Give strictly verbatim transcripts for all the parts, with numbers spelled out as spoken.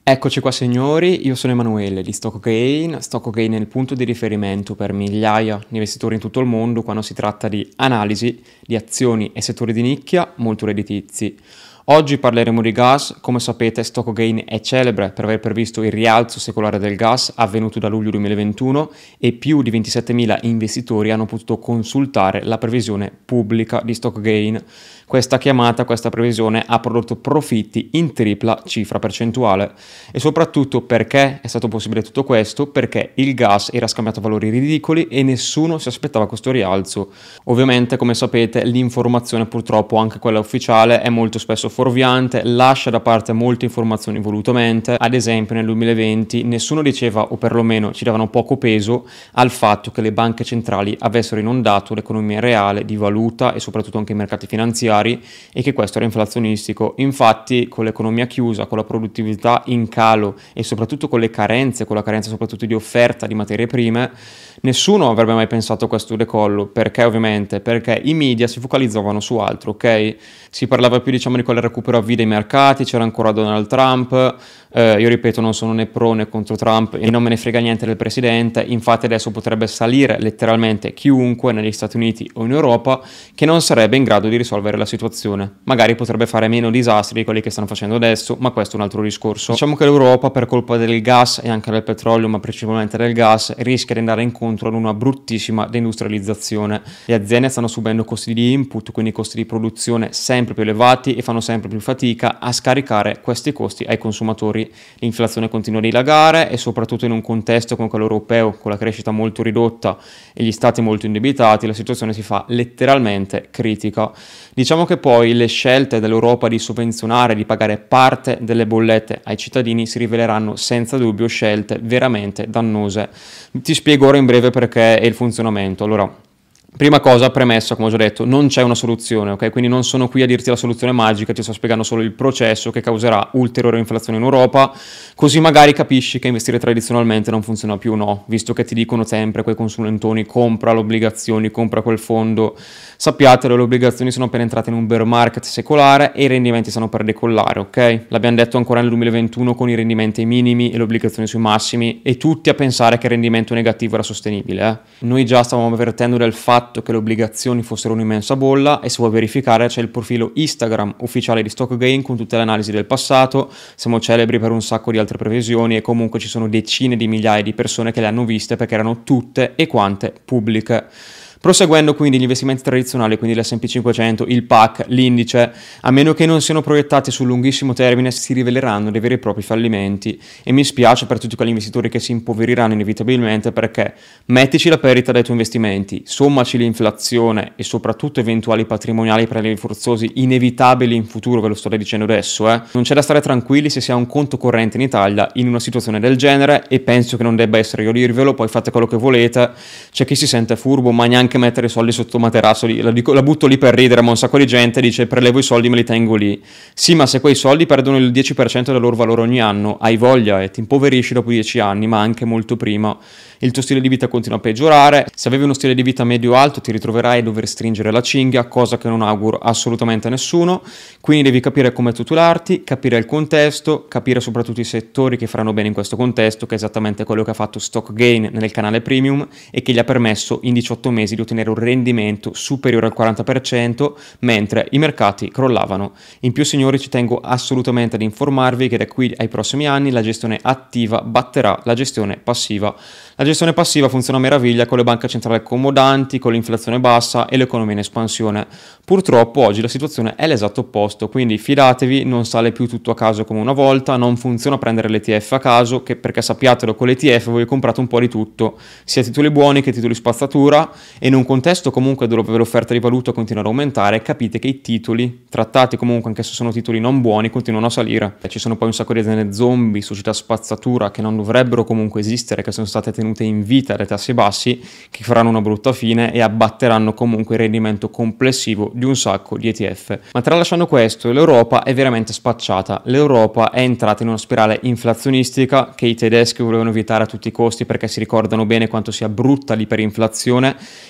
Eccoci qua signori, io sono Emanuele di StockGain. StockGain è il punto di riferimento per migliaia di investitori in tutto il mondo quando si tratta di analisi di azioni e settori di nicchia molto redditizi. Oggi parleremo di gas. Come sapete, StockGain è celebre per aver previsto il rialzo secolare del gas avvenuto da luglio duemilaventuno e più di ventisettemila investitori hanno potuto consultare la previsione pubblica di StockGain. Questa chiamata, questa previsione ha prodotto profitti in tripla cifra percentuale. E soprattutto perché è stato possibile tutto questo? Perché il gas era scambiato a valori ridicoli e nessuno si aspettava questo rialzo. Ovviamente, come sapete, l'informazione purtroppo, anche quella ufficiale, è molto spesso fuorviante, lascia da parte molte informazioni volutamente. Ad esempio nel duemilaventi nessuno diceva, o perlomeno ci davano poco peso, al fatto che le banche centrali avessero inondato l'economia reale di valuta e soprattutto anche i mercati finanziari e che questo era inflazionistico. Infatti, con l'economia chiusa, con la produttività in calo e soprattutto con le carenze, con la carenza soprattutto di offerta di materie prime, nessuno avrebbe mai pensato a questo decollo. Perché ovviamente? Perché i media si focalizzavano su altro, ok? Si parlava più, diciamo, di quel recupero a V dei mercati, c'era ancora Donald Trump. Eh, io ripeto, non sono né pro né contro Trump e non me ne frega niente del presidente. Infatti adesso potrebbe salire letteralmente chiunque negli Stati Uniti o in Europa che non sarebbe in grado di risolvere la situazione. Magari potrebbe fare meno disastri di quelli che stanno facendo adesso, ma questo è un altro discorso. Diciamo che l'Europa, per colpa del gas e anche del petrolio, ma principalmente del gas, rischia di andare incontro ad una bruttissima deindustrializzazione. Le aziende stanno subendo costi di input, quindi costi di produzione sempre più elevati, e fanno sempre più fatica a scaricare questi costi ai consumatori. L'inflazione continua a dilagare e soprattutto in un contesto come quello europeo, con la crescita molto ridotta e gli stati molto indebitati, la situazione si fa letteralmente critica. Diciamo che poi le scelte dell'Europa di sovvenzionare, di pagare parte delle bollette ai cittadini si riveleranno senza dubbio scelte veramente dannose. Ti spiego ora in breve perché è il funzionamento. Allora, prima cosa, premessa, come ho già detto, non c'è una soluzione, ok? Quindi non sono qui a dirti la soluzione magica, ti sto spiegando solo il processo che causerà ulteriore inflazione in Europa, così magari capisci che investire tradizionalmente non funziona più, no? Visto che ti dicono sempre quei consulentoni, compra le obbligazioni, compra quel fondo. Sappiatelo, le obbligazioni sono appena entrate in un bear market secolare e i rendimenti stanno per decollare, ok? L'abbiamo detto ancora nel duemilaventuno con i rendimenti ai minimi e le obbligazioni sui massimi, e tutti a pensare che il rendimento negativo era sostenibile, eh? Noi già stavamo avvertendo del fatto che le obbligazioni fossero un'immensa bolla, e se vuoi verificare c'è il profilo Instagram ufficiale di StockGain con tutte le analisi del passato. Siamo celebri per un sacco di altre previsioni e comunque ci sono decine di migliaia di persone che le hanno viste perché erano tutte e quante pubbliche. Proseguendo quindi, gli investimenti tradizionali, quindi l'esse and pi cinquecento, il P A C, l'indice, a meno che non siano proiettati sul lunghissimo termine, si riveleranno dei veri e propri fallimenti, e mi spiace per tutti quegli investitori che si impoveriranno inevitabilmente, perché mettici la perdita dai tuoi investimenti, sommaci l'inflazione e soprattutto eventuali patrimoniali prelievi forzosi inevitabili in futuro, ve lo sto dicendo adesso, eh. Non c'è da stare tranquilli se si ha un conto corrente in Italia in una situazione del genere, e penso che non debba essere io dirvelo, poi fate quello che volete. C'è chi si sente furbo, ma neanche mettere i soldi sotto materasso, la, dico, la butto lì per ridere, ma un sacco di gente dice prelevo i soldi, me li tengo lì. Sì, ma se quei soldi perdono il dieci per cento del loro valore ogni anno, hai voglia e ti impoverisci dopo dieci anni, ma anche molto prima. Il tuo stile di vita continua a peggiorare. Se avevi uno stile di vita medio-alto ti ritroverai a dover stringere la cinghia, cosa che non auguro assolutamente a nessuno. Quindi devi capire come tutelarti, capire il contesto, capire soprattutto i settori che faranno bene in questo contesto, che è esattamente quello che ha fatto StockGain nel canale Premium e che gli ha permesso in diciotto mesi di ottenere un rendimento superiore al quaranta per cento mentre i mercati crollavano. In più, signori, ci tengo assolutamente ad informarvi che da qui ai prossimi anni la gestione attiva batterà la gestione passiva. La gestione passiva funziona a meraviglia con le banche centrali accomodanti, con l'inflazione bassa e l'economia in espansione. Purtroppo oggi la situazione è l'esatto opposto, quindi fidatevi, non sale più tutto a caso come una volta, non funziona prendere l'E T F a caso, che perché sappiatelo, con l'E T F voi comprate un po' di tutto, sia titoli buoni che titoli spazzatura, e in un contesto comunque dove l'offerta di valuta continua ad aumentare, capite che i titoli, trattati comunque anche se sono titoli non buoni, continuano a salire. Ci sono poi un sacco di aziende zombie, società spazzatura che non dovrebbero comunque esistere, che sono state tenute in vita dai tassi bassi, che faranno una brutta fine e abbatteranno comunque il rendimento complessivo di un sacco di E T F. Ma tralasciando questo, l'Europa è veramente spacciata. L'Europa è entrata in una spirale inflazionistica che i tedeschi volevano evitare a tutti i costi perché si ricordano bene quanto sia brutta l'iperinflazione,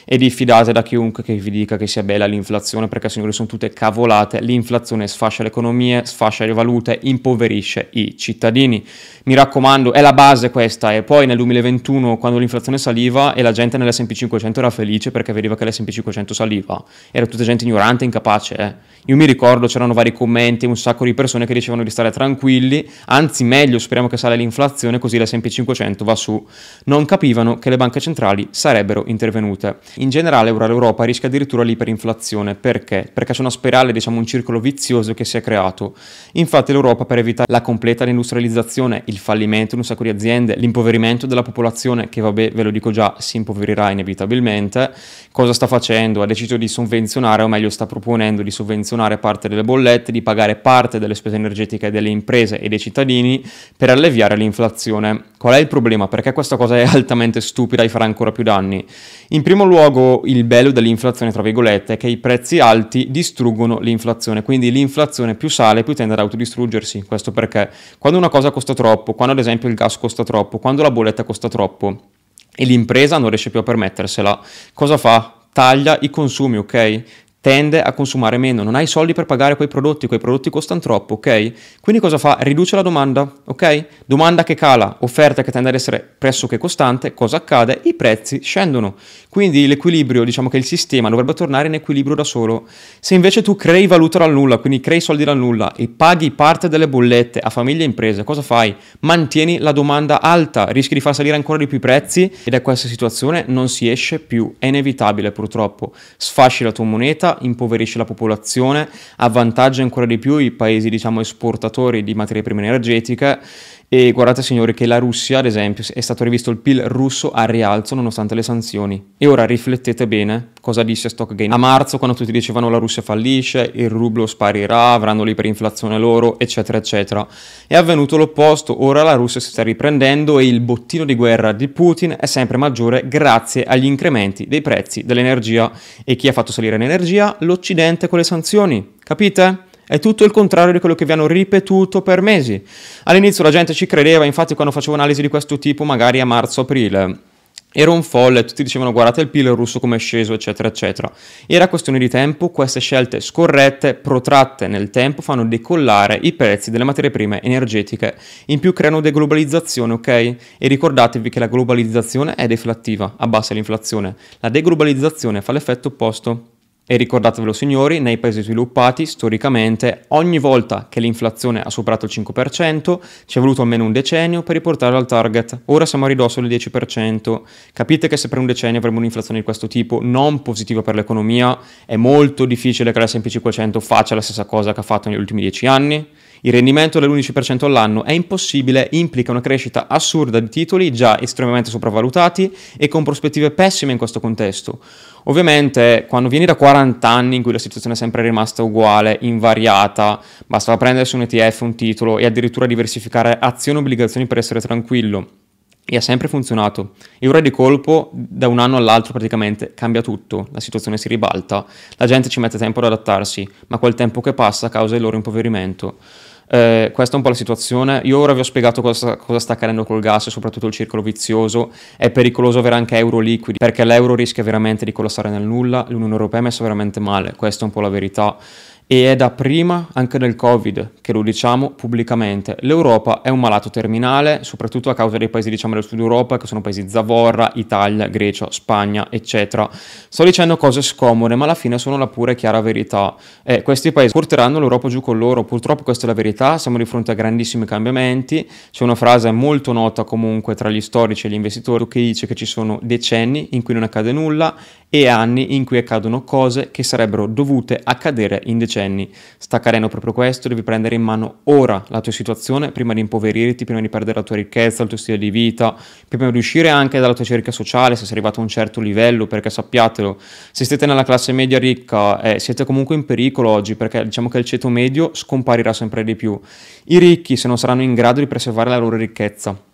e diffidate da chiunque che vi dica che sia bella l'inflazione, perché signori sono tutte cavolate. L'inflazione sfascia le economie, sfascia le valute, impoverisce i cittadini. Mi raccomando, è la base questa. E poi nel duemilaventuno, quando l'inflazione saliva e la gente nell'esse and pi cinquecento era felice perché vedeva che l'esse and pi cinquecento saliva, era tutta gente ignorante e incapace. Eh. Io mi ricordo, c'erano vari commenti, un sacco di persone che dicevano di stare tranquilli, anzi meglio, speriamo che sale l'inflazione così l'esse and pi cinquecento va su. Non capivano che le banche centrali sarebbero intervenute. In generale ora l'Europa rischia addirittura l'iperinflazione. Perché? Perché c'è una spirale, diciamo un circolo vizioso che si è creato. Infatti l'Europa, per evitare la completa reindustrializzazione, il fallimento di un sacco di aziende, l'impoverimento della popolazione, che vabbè ve lo dico già, si impoverirà inevitabilmente, cosa sta facendo? Ha deciso di sovvenzionare, o meglio sta proponendo di sovvenzionare parte delle bollette, di pagare parte delle spese energetiche delle imprese e dei cittadini per alleviare l'inflazione. Qual è il problema? Perché questa cosa è altamente stupida e farà ancora più danni? In primo luogo, il bello dell'inflazione, tra virgolette, è che i prezzi alti distruggono l'inflazione, quindi l'inflazione più sale più tende ad autodistruggersi. Questo perché quando una cosa costa troppo, quando ad esempio il gas costa troppo, quando la bolletta costa troppo e l'impresa non riesce più a permettersela, cosa fa? Taglia i consumi, ok? Tende a consumare meno, non hai soldi per pagare quei prodotti, quei prodotti costano troppo, ok? Quindi cosa fa? Riduce la domanda, ok? Domanda che cala, offerta che tende ad essere pressoché costante, cosa accade? I prezzi scendono. Quindi l'equilibrio, diciamo che il sistema dovrebbe tornare in equilibrio da solo. Se invece tu crei valuta dal nulla, quindi crei soldi dal nulla e paghi parte delle bollette a famiglie e imprese, cosa fai? Mantieni la domanda alta, rischi di far salire ancora di più i prezzi e da questa situazione non si esce più, è inevitabile purtroppo. Sfasci la tua moneta, impoverisce la popolazione, avvantaggia ancora di più i paesi, diciamo, esportatori di materie prime energetiche. E guardate signori che la Russia, ad esempio, è stato rivisto il P I L russo al rialzo nonostante le sanzioni. E ora riflettete bene cosa disse Stockgain a marzo, quando tutti dicevano la Russia fallisce, il rublo sparirà, avranno l'iperinflazione loro, eccetera eccetera. È avvenuto l'opposto, ora la Russia si sta riprendendo e il bottino di guerra di Putin è sempre maggiore grazie agli incrementi dei prezzi dell'energia. E chi ha fatto salire l'energia? L'Occidente con le sanzioni, capite? È tutto il contrario di quello che vi hanno ripetuto per mesi. All'inizio la gente ci credeva, infatti quando facevo analisi di questo tipo, magari a marzo-aprile, ero un folle, tutti dicevano guardate il P I L russo come è sceso, eccetera, eccetera. Era questione di tempo, queste scelte scorrette, protratte nel tempo, fanno decollare i prezzi delle materie prime energetiche. In più creano deglobalizzazione, ok? E ricordatevi che la globalizzazione è deflattiva, abbassa l'inflazione. La deglobalizzazione fa l'effetto opposto. E ricordatevelo signori, nei paesi sviluppati, storicamente, ogni volta che l'inflazione ha superato il cinque per cento, ci è voluto almeno un decennio per riportarla al target. Ora siamo a ridosso del dieci per cento. Capite che se per un decennio avremo un'inflazione di questo tipo, non positiva per l'economia, è molto difficile che l'esse and pi cinquecento faccia la stessa cosa che ha fatto negli ultimi dieci anni? Il rendimento dell'undici per cento all'anno è impossibile, implica una crescita assurda di titoli già estremamente sopravvalutati e con prospettive pessime in questo contesto. Ovviamente quando vieni da quaranta anni in cui la situazione è sempre rimasta uguale, invariata, bastava prendersi un E T F, un titolo e addirittura diversificare azioni e obbligazioni per essere tranquillo. E ha sempre funzionato. E ora di colpo, da un anno all'altro praticamente, cambia tutto, la situazione si ribalta, la gente ci mette tempo ad adattarsi, ma quel tempo che passa causa il loro impoverimento. Eh, questa è un po' la situazione. Io ora vi ho spiegato cosa, cosa sta accadendo col gas e soprattutto il circolo vizioso. È pericoloso avere anche euro liquidi perché l'euro rischia veramente di collassare nel nulla. L'Unione Europea è messa veramente male, questa è un po' la verità. E è da prima anche del Covid che lo diciamo pubblicamente. L'Europa è un malato terminale, soprattutto a causa dei paesi diciamo del sud Europa, che sono paesi zavorra, Italia, Grecia, Spagna, eccetera. Sto dicendo cose scomode, ma alla fine sono la pura e chiara verità. Eh, questi paesi porteranno l'Europa giù con loro, purtroppo questa è la verità, siamo di fronte a grandissimi cambiamenti. C'è una frase molto nota comunque tra gli storici e gli investitori che dice che ci sono decenni in cui non accade nulla e anni in cui accadono cose che sarebbero dovute accadere in decenni. Sta accadendo proprio questo, devi prendere in mano ora la tua situazione prima di impoverirti, prima di perdere la tua ricchezza, il tuo stile di vita, prima di uscire anche dalla tua cerchia sociale se sei arrivato a un certo livello, perché sappiatelo, se siete nella classe media ricca eh, siete comunque in pericolo oggi, perché diciamo che il ceto medio scomparirà sempre di più. I ricchi, se non saranno in grado di preservare la loro ricchezza,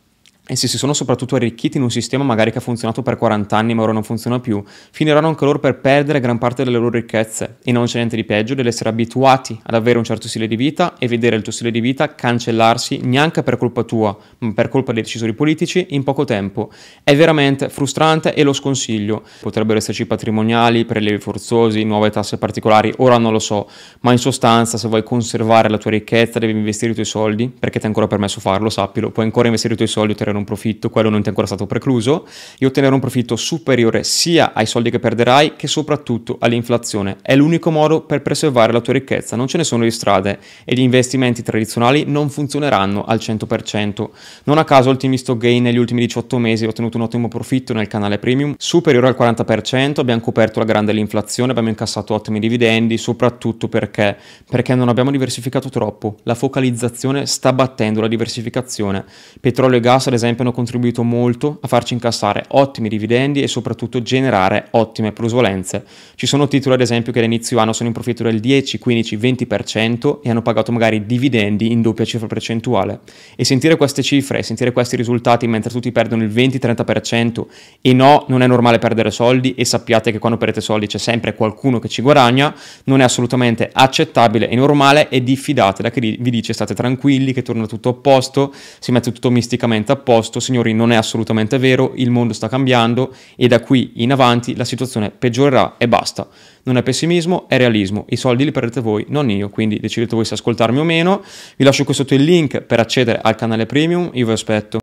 e se si sono soprattutto arricchiti in un sistema magari che ha funzionato per quaranta anni ma ora non funziona più, finiranno anche loro per perdere gran parte delle loro ricchezze. E non c'è niente di peggio dell'essere abituati ad avere un certo stile di vita e vedere il tuo stile di vita cancellarsi neanche per colpa tua, ma per colpa dei decisori politici in poco tempo. È veramente frustrante e lo sconsiglio. Potrebbero esserci patrimoniali, prelievi forzosi, nuove tasse particolari, ora non lo so, ma in sostanza se vuoi conservare la tua ricchezza devi investire i tuoi soldi, perché ti è ancora permesso farlo, sappilo, puoi ancora investire i tuoi soldi, ottenere un profitto, quello non ti è ancora stato precluso, e ottenere un profitto superiore sia ai soldi che perderai che soprattutto all'inflazione. È l'unico modo per preservare la tua ricchezza, non ce ne sono di strade e gli investimenti tradizionali non funzioneranno al cento per cento. Non a caso Ultimate Stock Gain negli ultimi diciotto mesi ha ottenuto un ottimo profitto nel canale premium, superiore al quaranta per cento, abbiamo coperto la grande dell'inflazione, abbiamo incassato ottimi dividendi, soprattutto perché? Perché non abbiamo diversificato troppo, la focalizzazione sta battendo la diversificazione. Petrolio e gas ad esempio hanno contribuito molto a farci incassare ottimi dividendi e soprattutto generare ottime plusvalenze. Ci sono titoli ad esempio che all'inizio anno sono in profitto del dieci, quindici, venti per cento e hanno pagato magari dividendi in doppia cifra percentuale. E sentire queste cifre, sentire questi risultati mentre tutti perdono il venti-trenta per cento e no, non è normale perdere soldi e sappiate che quando perdete soldi c'è sempre qualcuno che ci guadagna, non è assolutamente accettabile e normale e diffidate da chi vi dice state tranquilli che torna tutto a posto, si mette tutto misticamente a posto. Signori, non è assolutamente vero, il mondo sta cambiando e da qui in avanti la situazione peggiorerà e basta. Non è pessimismo, è realismo. I soldi li perdete voi, non io, quindi decidete voi se ascoltarmi o meno. Vi lascio qui sotto il link per accedere al canale premium, io vi aspetto.